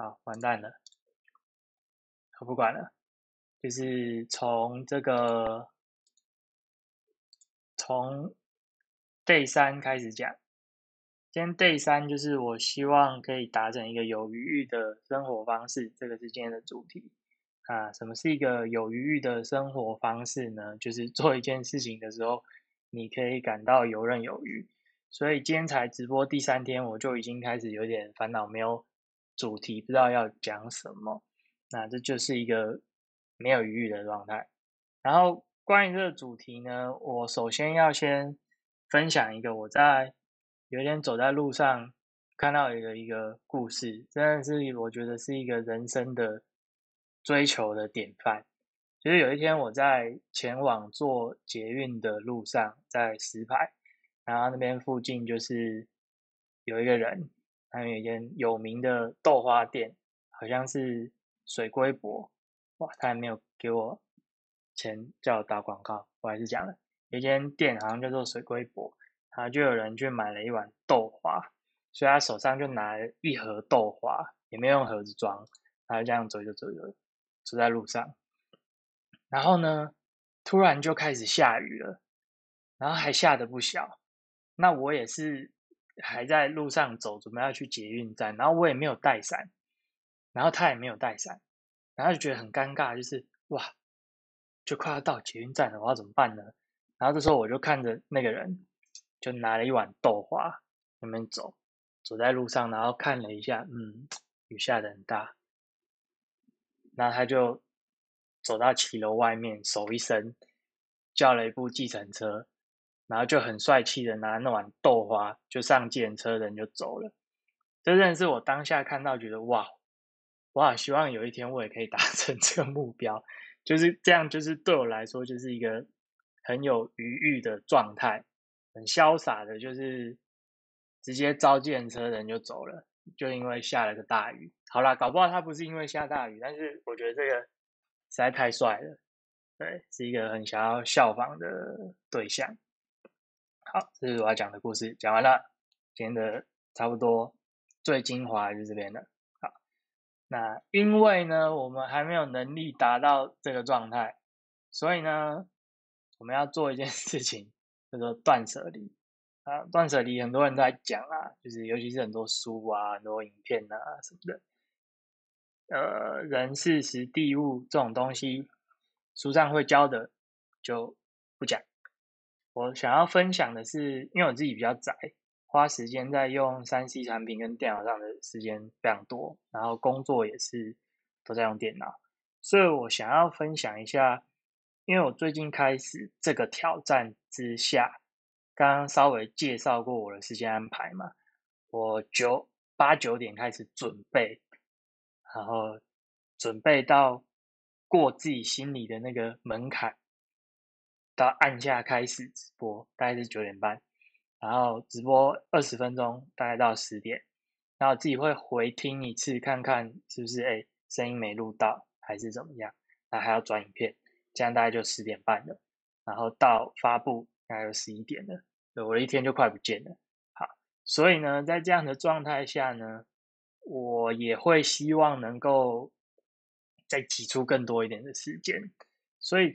好，完蛋了，我不管了，就是从 Day 3开始讲。今天 Day 3就是我希望可以达成一个有余裕的生活方式，这个是今天的主题。什么是一个有余裕的生活方式呢？就是做一件事情的时候，你可以感到游刃有余。所以今天才直播第3天，我就已经开始有点烦恼，没有主题，不知道要讲什么。那这就是一个没有余裕的状态。然后关于这个主题呢，我首先要先分享一个我在有一天走在路上看到一个故事，真的是我觉得是一个人生的追求的典范。就是有一天我在前往坐捷运的路上，在石牌，然后那边附近就是有一个人，他有一间有名的豆花店，好像是水龟伯。哇，他还没有给我钱叫我打广告，我还是讲了，有一间店好像叫做水龟伯，然后就有人去买了一碗豆花，所以他手上就拿了一盒豆花，也没有用盒子装，他就这样走在路上。然后呢，突然就开始下雨了，然后还下得不小。那我也是还在路上走，准备要去捷运站，然后我也没有带伞，然后他也没有带伞，然后就觉得很尴尬，就是哇，就快要到捷运站了，我要怎么办呢？然后这时候我就看着那个人，就拿了一碗豆花，那边走在路上，然后看了一下，雨下得很大，那他就走到骑楼外面，手一伸，叫了一部计程车，然后就很帅气的拿那碗豆花就上计程车，人就走了。这真的是我当下看到，觉得哇，我好希望有一天我也可以达成这个目标，就是这样，就是对我来说就是一个很有余裕的状态，很潇洒的，就是直接招计程车人就走了，就因为下了个大雨。好啦，搞不好他不是因为下大雨，但是我觉得这个实在太帅了，对，是一个很想要效仿的对象。好，这是我要讲的故事，讲完了，今天的差不多最精华就是这边了。好，那因为呢，我们还没有能力达到这个状态，所以呢，我们要做一件事情，叫做断舍离。断舍离很多人都在讲啊，就是尤其是很多书啊、很多影片啊什么的。人事时地物这种东西，书上会教的就不讲。我想要分享的是，因为我自己比较宅，花时间在用3C 产品跟电脑上的时间非常多，然后工作也是都在用电脑，所以我想要分享一下，因为我最近开始这个挑战之下，刚刚稍微介绍过我的时间安排嘛，我8、9点开始准备，然后准备到过自己心里的那个门槛，到按下开始直播，大概是9点半，然后直播20分钟，大概到10点，然后自己会回听一次，看看是不是声音没录到，还是怎么样，那还要转影片，这样大概就10点半了，然后到发布大概就11点了，我的一天就快不见了。好，所以呢，在这样的状态下呢，我也会希望能够再挤出更多一点的时间，所以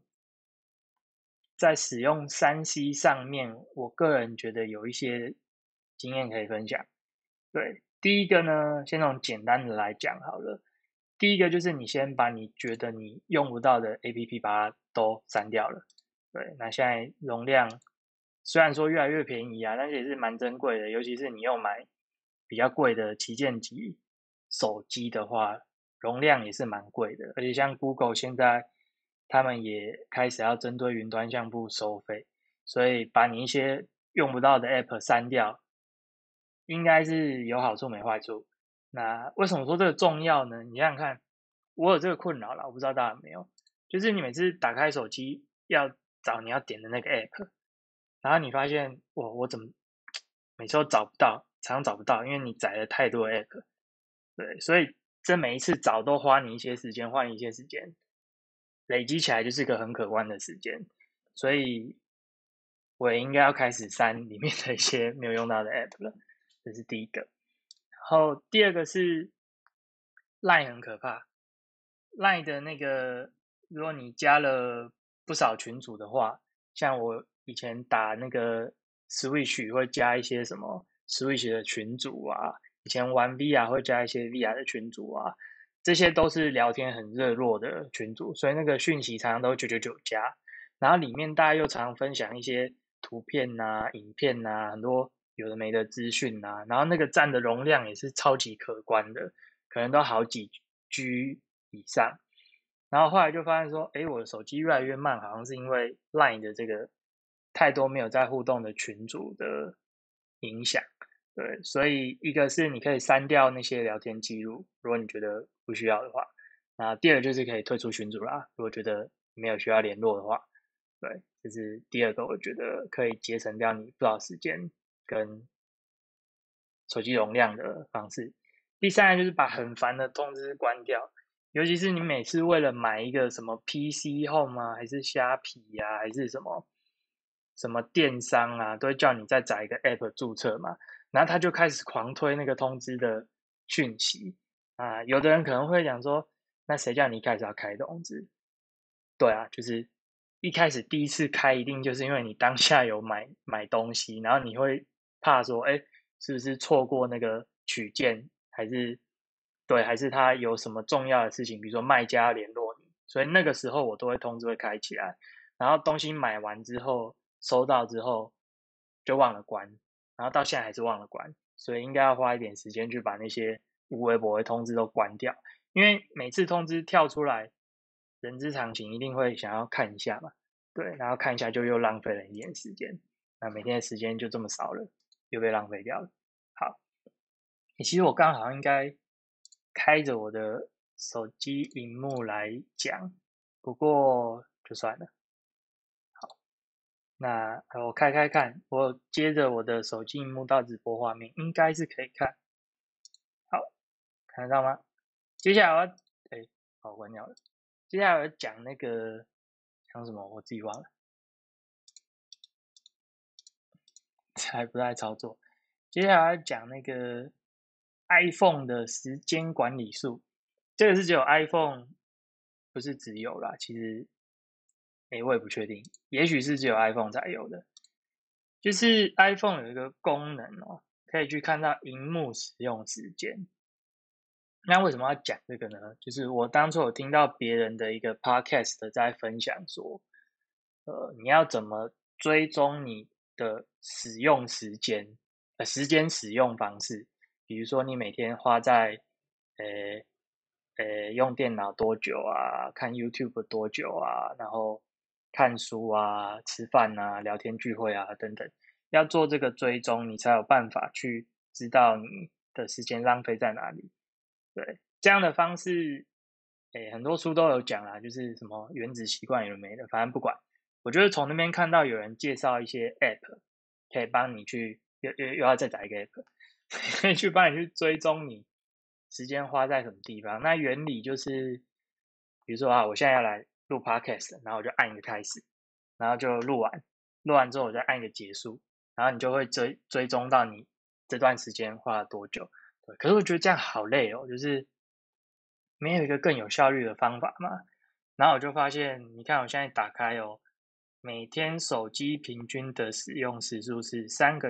在使用3C 上面，我个人觉得有一些经验可以分享。对，第一个呢，先从简单的来讲好了。第一个就是你先把你觉得你用不到的 APP 把它都删掉了。对，那现在容量虽然说越来越便宜啊，但是也是蛮珍贵的，尤其是你又买比较贵的旗舰级手机的话，容量也是蛮贵的。而且像 Google 现在他们也开始要针对云端项目收费，所以把你一些用不到的 App 删掉，应该是有好处没坏处。那为什么说这个重要呢？你想想看，我有这个困扰啦，我不知道大家有没有，就是你每次打开手机要找你要点的那个 app，然后你发现我怎么每次都找不到，常常找不到，因为你载了太多的 app，对，所以这每一次找都花你一些时间，花你一些时间，累积起来就是个很可观的时间，所以我也应该要开始删里面的一些没有用到的 app 了，这是第一个。然后第二个是 Line 很可怕，Line 的那个，如果你加了不少群组的话，像我以前打那个 Switch 会加一些什么 Switch 的群组啊，以前玩 VR 会加一些 VR 的群组啊，这些都是聊天很热络的群组，所以那个讯息常常都999加，然后里面大家又常常分享一些图片啊、影片啊，很多有的没的资讯啊，然后那个占的容量也是超级可观的，可能都好几 G 以上。然后后来就发现说，诶，我的手机越来越慢，好像是因为 Line 的这个太多没有在互动的群组的影响。对，所以一个是你可以删掉那些聊天记录，如果你觉得不需要的话。那第二个就是可以退出群组啦，如果觉得没有需要联络的话。对，这是第二个，我觉得可以节省掉你不少时间跟手机容量的方式。第三个就是把很烦的通知关掉，尤其是你每次为了买一个什么 PC Home 啊，还是虾皮呀、还是什么电商啊，都会叫你再载一个 App 注册嘛，然后他就开始狂推那个通知的讯息啊。有的人可能会讲说，那谁叫你一开始要开通知？对啊，就是一开始第一次开，一定就是因为你当下有买东西，然后你会怕说，哎，是不是错过那个取件，还是对，还是他有什么重要的事情，比如说卖家联络你，所以那个时候我都会通知会开起来，然后东西买完之后，收到之后就忘了关，然后到现在还是忘了关，所以应该要花一点时间去把那些无微博的通知都关掉。因为每次通知跳出来，人之常情，一定会想要看一下嘛，对，然后看一下就又浪费了一点时间，那每天的时间就这么少了，又被浪费掉了。好，其实我刚好应该开着我的手机荧幕来讲，不过就算了。那我开看，我接着我的手机荧幕到直播画面，应该是可以看。好，看得到吗？接下来我要，哎，好关掉了。接下来我要讲那个讲什么，我自己忘了，还不太操作。接下来要讲那个 iPhone 的时间管理术，这个是只有 iPhone，不是只有啦。其实，我也不确定，也许是只有 iPhone 才有的。就是 iPhone 有一个功能哦，可以去看到荧幕使用时间。那为什么要讲这个呢？就是我当初有听到别人的一个 podcast 在分享说，你要怎么追踪你的使用时间，时间使用方式，比如说你每天花在呃用电脑多久啊，看 YouTube 多久啊，然后看书啊、吃饭啊、聊天聚会啊等等，要做这个追踪，你才有办法去知道你的时间浪费在哪里。对，这样的方式，很多书都有讲啦，就是什么原子习惯有没的，反正不管。我就是从那边看到有人介绍一些 App，可以帮你去，又要再找一个 App，可以去帮你去追踪你时间花在什么地方。那原理就是，比如说啊，我现在要来录 Podcast，然后我就按一个开始，然后就录完，录完之后我再按一个结束，然后你就会追踪到你这段时间花了多久。对，可是我觉得这样好累哦，就是没有一个更有效率的方法嘛。然后我就发现，你看我现在打开哦，每天手机平均的使用时数是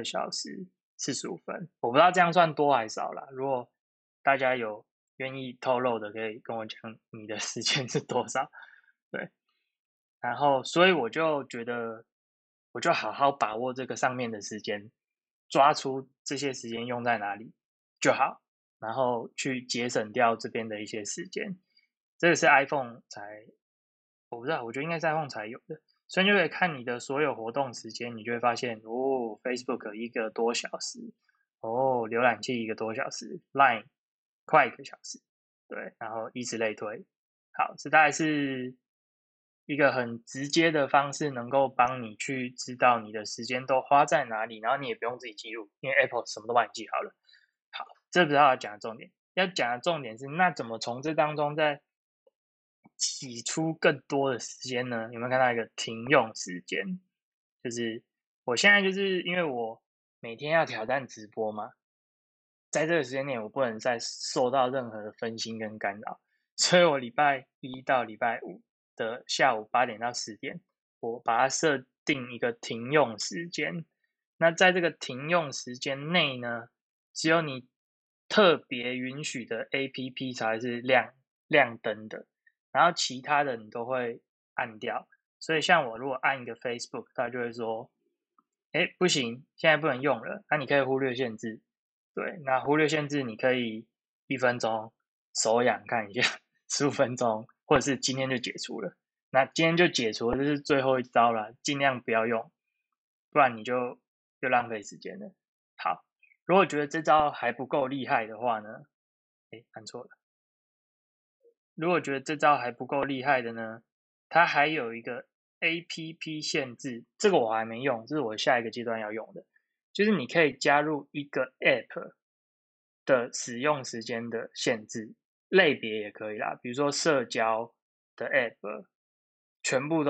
3个小时45分，我不知道这样算多还是少啦。如果大家有愿意透露的，可以跟我讲你的时间是多少。对，然后所以我就觉得，我就好好把握这个上面的时间，抓出这些时间用在哪里就好，然后去节省掉这边的一些时间。这个是 iPhone 才，我不知道，我觉得应该是 iPhone 才有的。所以你就可以看你的所有活动时间，你就会发现哦，Facebook 1个多小时，哦，浏览器1个多小时，Line 快1个小时，对，然后以此类推。好，这大概是一个很直接的方式，能够帮你去知道你的时间都花在哪里，然后你也不用自己记录，因为 Apple 什么都帮你记好了。好，这不是要讲的重点，要讲的重点是，那怎么从这当中再挤出更多的时间呢？有没有看到一个停用时间？就是我现在就是因为我每天要挑战直播嘛， 在这个时间内我不能再受到任何的分心跟干扰，所以我礼拜一到礼拜五的下午8点到10点，我把它设定一个停用时间。那在这个停用时间内呢，只有你特别允许的 APP 才是亮灯的，然后其他的你都会按掉。所以像我如果按一个 Facebook， 它就会说，不行，现在不能用了，那你可以忽略限制。对，那忽略限制你可以1分钟手痒看一下，15分钟，或者是今天就解除了。那今天就解除了，这是最后一招了，尽量不要用，不然你就浪费时间了。好，如果觉得这招还不够厉害的话呢，按错了。如果觉得这招还不够厉害的呢，它还有一个 APP 限制，这个我还没用，这是我下一个阶段要用的，就是你可以加入一个 App 的使用时间的限制，类别也可以啦，比如说社交的 App 全部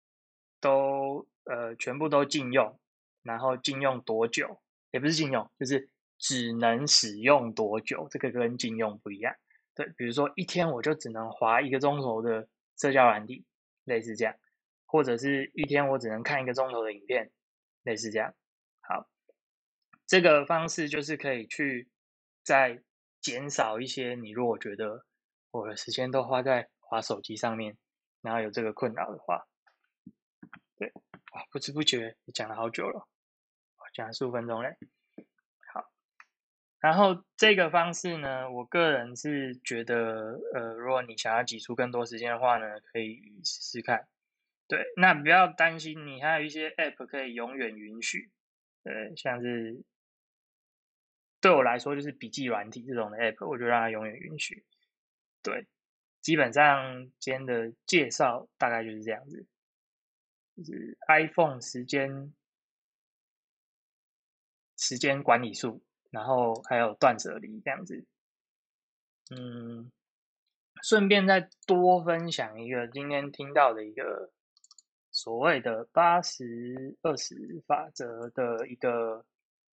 都禁用，然后禁用多久？也不是禁用，就是只能使用多久，这个跟禁用不一样。对，比如说一天我就只能滑1个钟头的社交软体，类似这样，或者是一天我只能看1个钟头的影片，类似这样。好，这个方式就是可以去再减少一些你如果觉得我的时间都花在滑手机上面，然后有这个困扰的话，对，不知不觉也讲了好久了，讲了15分钟嘞。好，然后这个方式呢，我个人是觉得，如果你想要挤出更多时间的话呢，可以试试看。对，那不要担心，你还有一些 App 可以永远允许，像是对我来说就是笔记软体这种的 App，我就让它永远允许。对，基本上今天的介绍大概就是这样子，就是 iPhone 时间管理术，然后还有断舍离这样子。顺便再多分享一个今天听到的一个所谓的80-20法则的一个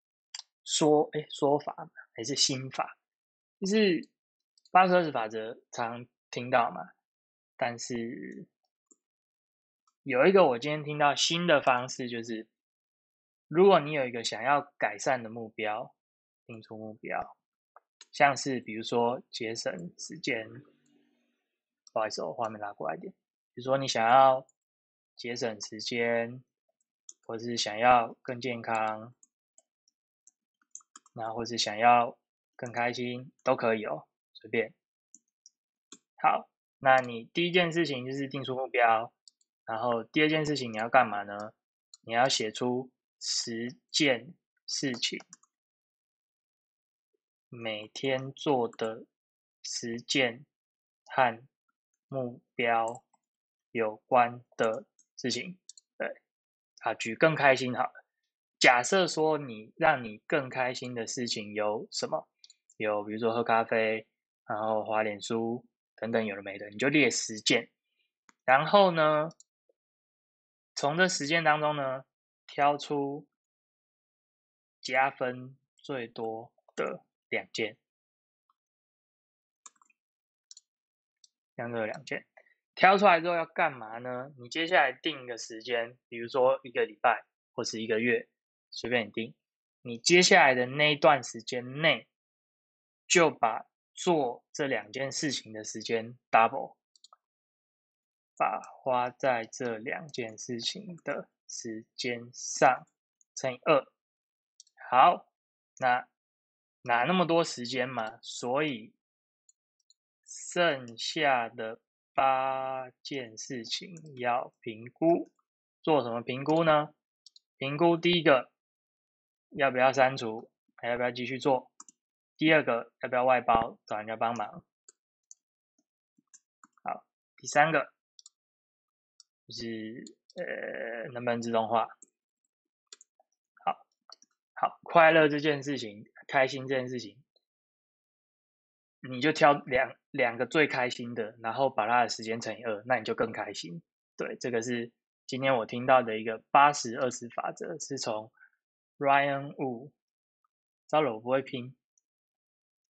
说法还是心法，就是80-20法则常听到嘛，但是有一个我今天听到新的方式，就是如果你有一个想要改善的目标，定出目标，像是比如说节省时间，不好意思，我画面拉过来一点。比如说你想要节省时间，或是想要更健康，那或是想要更开心，都可以哦，随便。好，那你第一件事情就是定出目标，然后第二件事情你要干嘛呢？你要写出10件事情，每天做的10件和目标有关的事情。对，举更开心好了。假设说让你更开心的事情有什么？有比如说喝咖啡，然后滑脸书等等有的没的，你就列10件。然后呢，从这10件当中呢，挑出加分最多的2件，这样2件。挑出来之后要干嘛呢？你接下来定一个时间，比如说1个礼拜或是1个月，随便你定。你接下来的那一段时间内，就把做这2件事情的时间 double， 把花在这2件事情的时间上乘以2。好，那哪那么多时间嘛？所以剩下的8件事情要评估。做什么评估呢？评估第一个要不要删除，还要不要继续做？第二个要不要外包找人家帮忙？好，第三个就是能不能自动化？好，快乐这件事情，开心这件事情，你就挑两个最开心的，然后把它的时间乘以2，那你就更开心。对，这个是今天我听到的一个80-20法则，是从 Ryan Wu，糟了，我不会拼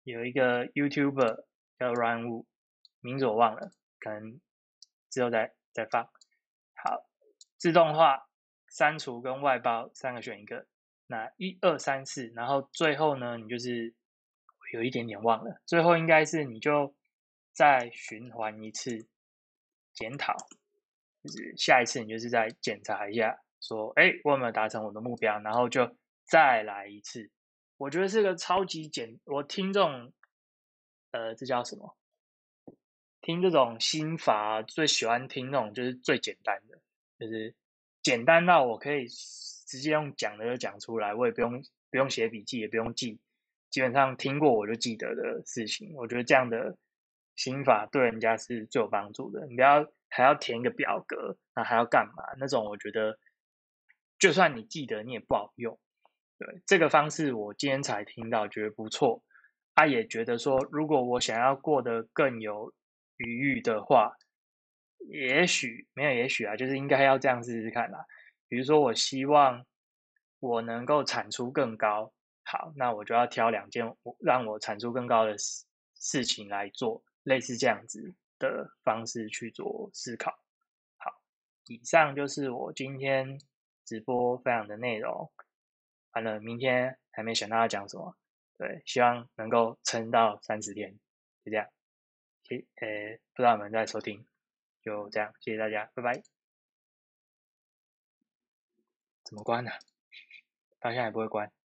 有一个 YouTuber 叫 Ryan Wu，名字我忘了，可能之后再放。好，自动化、删除跟外包3个选一个。那1、2、3、4，然后最后呢，你就是有一点点忘了，最后应该是你就再循环一次检讨，就是下一次你就是再检查一下，说，哎，我有没有达成我的目标，然后就再来一次。我觉得是个超级我听这种，这叫什么？听这种心法，最喜欢听那种就是最简单的，就是简单到我可以直接用讲的就讲出来，我也不用写笔记，也不用记，基本上听过我就记得的事情。我觉得这样的心法对人家是最有帮助的。你不要还要填一个表格，那还要干嘛？那种我觉得就算你记得，你也不好用。对，这个方式我今天才听到，觉得不错。他也觉得说，如果我想要过得更有余裕的话，也许没有也许啊，就是应该要这样试试看啦。比如说，我希望我能够产出更高，好，那我就要挑2件让我产出更高的事情来做，类似这样子的方式去做思考。好，以上就是我今天直播分享的内容。完了，明天还没想到要讲什么，对，希望能够撑到30天，就这样。不知道有没有在收听，就这样，谢谢大家，拜拜。怎么关呢、到现在还不会关。